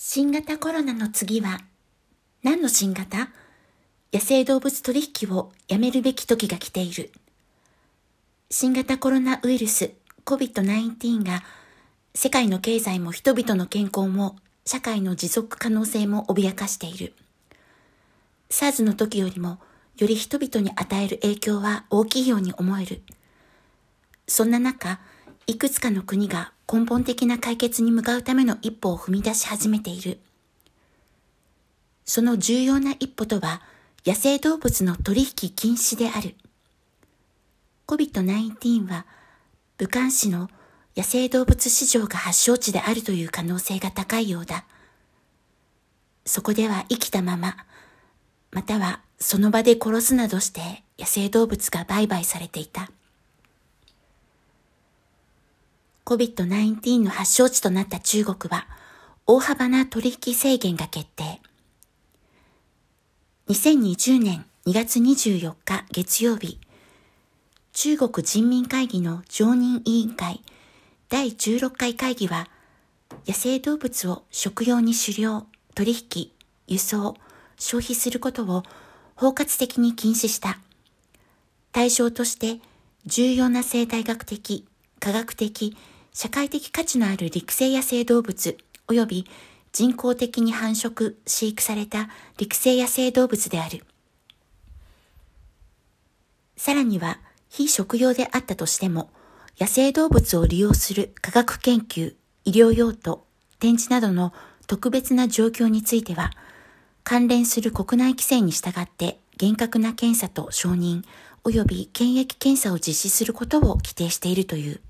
新型コロナの次は何の新型？野生動物取引をやめるべき時が来ている。新型コロナウイルス COVID-19 が世界の経済も人々の健康も社会の持続可能性も脅かしている。SARS の時よりもより人々に与える影響は大きいように思える。そんな中、いくつかの国が根本的な解決に向かうための一歩を踏み出し始めている。その重要な一歩とは、野生動物の取引禁止である。COVID-19 は、武漢市の野生動物市場が発祥地であるという可能性が高いようだ。そこでは生きたまま、またはその場で殺すなどして野生動物が売買されていた。COVID-19 の発祥地となった中国は大幅な取引制限が決定。2020年2月24日月曜日、中国人民会議の常任委員会第16回会議は、野生動物を食用に狩猟、取引、輸送、消費することを包括的に禁止した。対象として重要な生態学的、科学的、社会的価値のある陸生野生動物及び人工的に繁殖、飼育された陸生野生動物である。さらには、非食用であったとしても、野生動物を利用する科学研究、医療用途、展示などの特別な状況については、関連する国内規制に従って厳格な検査と承認及び検疫検査を実施することを規定しているという。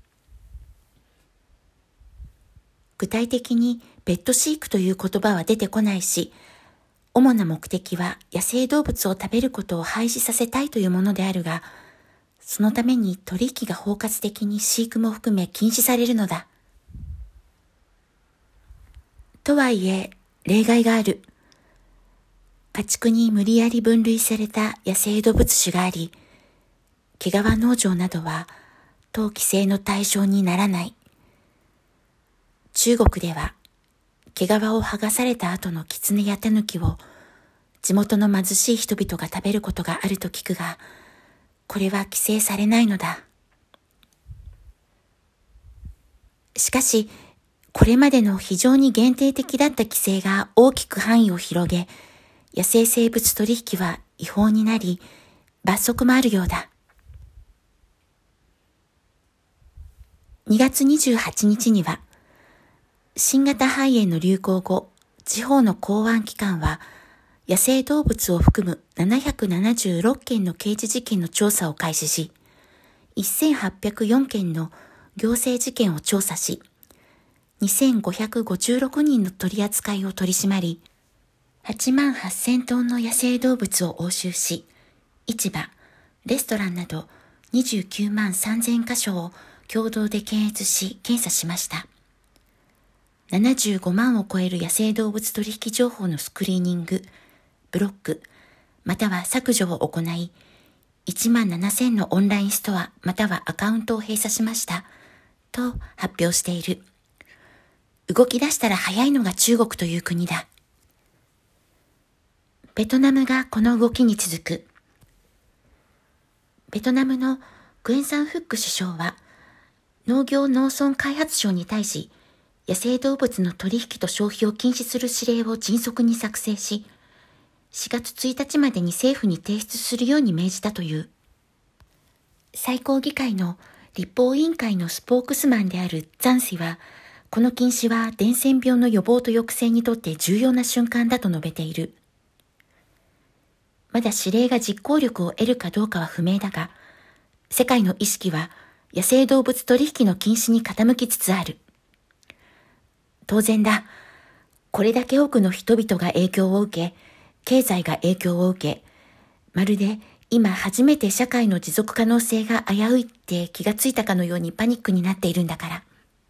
具体的にペット飼育という言葉は出てこないし、主な目的は野生動物を食べることを廃止させたいというものであるが、そのために取引が包括的に飼育も含め禁止されるのだ。とはいえ、例外がある。家畜に無理やり分類された野生動物種があり、毛皮農場などは当規制の対象にならない。中国では、毛皮を剥がされた後の狐やタヌキを地元の貧しい人々が食べることがあると聞くが、これは規制されないのだ。しかし、これまでの非常に限定的だった規制が大きく範囲を広げ、野生生物取引は違法になり、罰則もあるようだ。2月28日には、新型肺炎の流行後、地方の公安機関は、野生動物を含む776件の刑事事件の調査を開始し、1804件の行政事件を調査し、2556人の取り扱いを取り締まり、8万8000トンの野生動物を押収し、市場、レストランなど29万3000カ所を共同で検閲し検査しました。75万を超える野生動物取引情報のスクリーニング、ブロック、または削除を行い、1万7000のオンラインストアまたはアカウントを閉鎖しました、と発表している。動き出したら早いのが中国という国だ。ベトナムがこの動きに続く。ベトナムのグエン・サン・フック首相は、農業農村開発省に対し、野生動物の取引と消費を禁止する指令を迅速に作成し、4月1日までに政府に提出するように命じたという。最高議会の立法委員会のスポークスマンであるザンシは、この禁止は伝染病の予防と抑制にとって重要な瞬間だと述べている。まだ指令が実行力を得るかどうかは不明だが、世界の意識は野生動物取引の禁止に傾きつつある。当然だ。これだけ多くの人々が影響を受け、経済が影響を受け、まるで今初めて社会の持続可能性が危ういって気がついたかのようにパニックになっているんだから。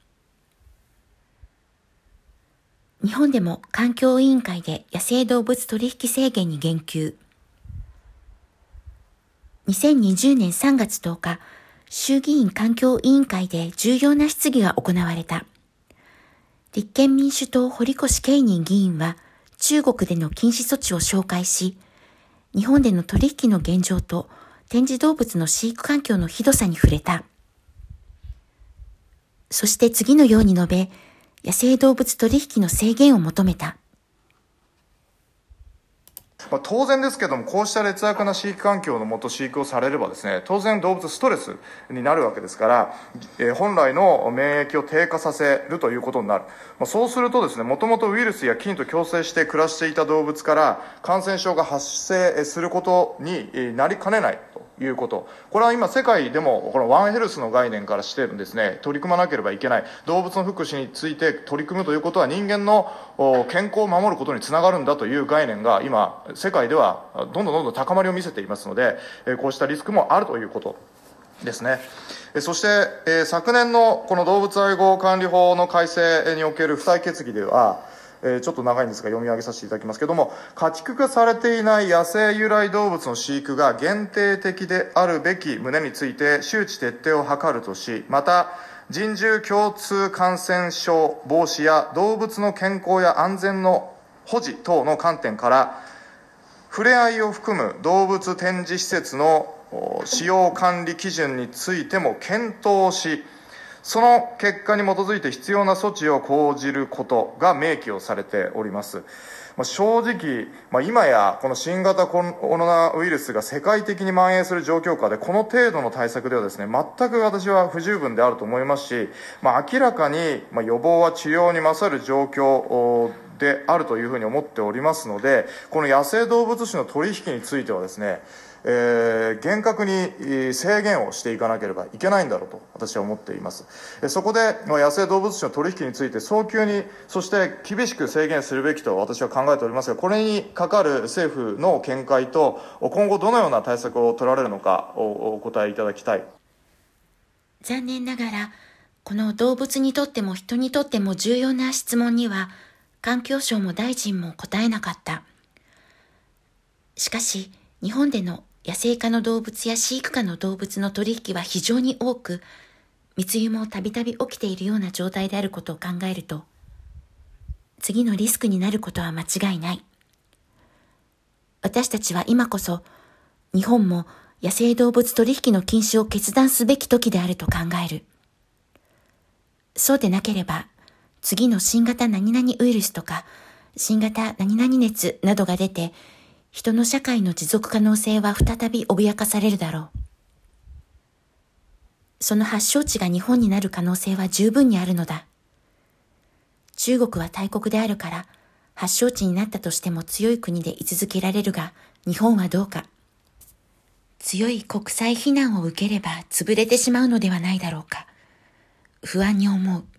日本でも環境委員会で野生動物取引制限に言及。2020年3月10日、衆議院環境委員会で重要な質疑が行われた。 立憲民主党堀越慶任議員は中国での禁止措置を紹介し、日本での取引の現状と展示動物の飼育環境のひどさに触れた。そして次のように述べ、野生動物取引の制限を求めた。 当然ですけども、こうした劣悪な飼育環境のもと飼育をされればですね、当然動物ストレスになるわけですから、本来の免疫を低下させるということになる。そうするとですね、もともとウイルスや菌と共生して暮らしていた動物から感染症が発生することになりかねないということ。これは今世界でもこのワンヘルスの概念からしてですね、取り組まなければいけない。動物の福祉について取り組むということは人間の健康を守ることにつながるんだという概念が今世界ではどんどん高まりを見せていますので、こうしたリスクもあるということですね。そして、昨年のこの動物愛護管理法の改正における付帯決議では、ちょっと長いんですが読み上げさせていただきますけれども、家畜化されていない野生由来動物の飼育が限定的であるべき旨について周知徹底を図るとし、また人獣共通感染症防止や動物の健康や安全の保持等の観点から触れ合いを含む動物展示施設の使用管理基準についても検討し、その結果に基づいて必要な措置を講じることが明記をされております。正直、今やこの新型コロナウイルスが世界的に蔓延する状況下で、この程度の対策ではですね、全く私は不十分であると思いますし、明らかに予防は治療に勝る状況であるというふうに思っておりますので、この野生動物種の取引についてはですね、厳格に制限をしていかなければいけないんだろうと私は思っています。そこで野生動物種の取引について早急に、そして厳しく制限するべきと私は考えておりますが、これにかかる政府の見解と今後どのような対策を取られるのかお答えいただきたい。 残念ながらこの動物にとっても人にとっても重要な質問には環境省も大臣も答えなかった。しかし日本での野生化の動物や飼育化の動物の取引は非常に多く、密輸もたびたび起きているような状態であることを考えると、次のリスクになることは間違いない。私たちは今こそ、日本も野生動物取引の禁止を決断すべき時であると考える。そうでなければ、次の新型何々ウイルスとか、新型何々熱などが出て、人の社会の持続可能性は再び脅かされるだろう。その発祥地が日本になる可能性は十分にあるのだ。中国は大国であるから、発祥地になったとしても強い国で居続けられるが、日本はどうか。強い国際非難を受ければ潰れてしまうのではないだろうか。不安に思う。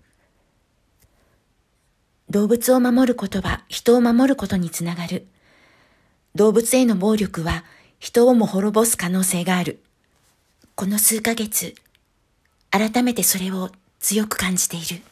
動物を守ることは人を守ることにつながる。動物への暴力は人をも滅ぼす可能性がある。この数ヶ月、改めてそれを強く感じている。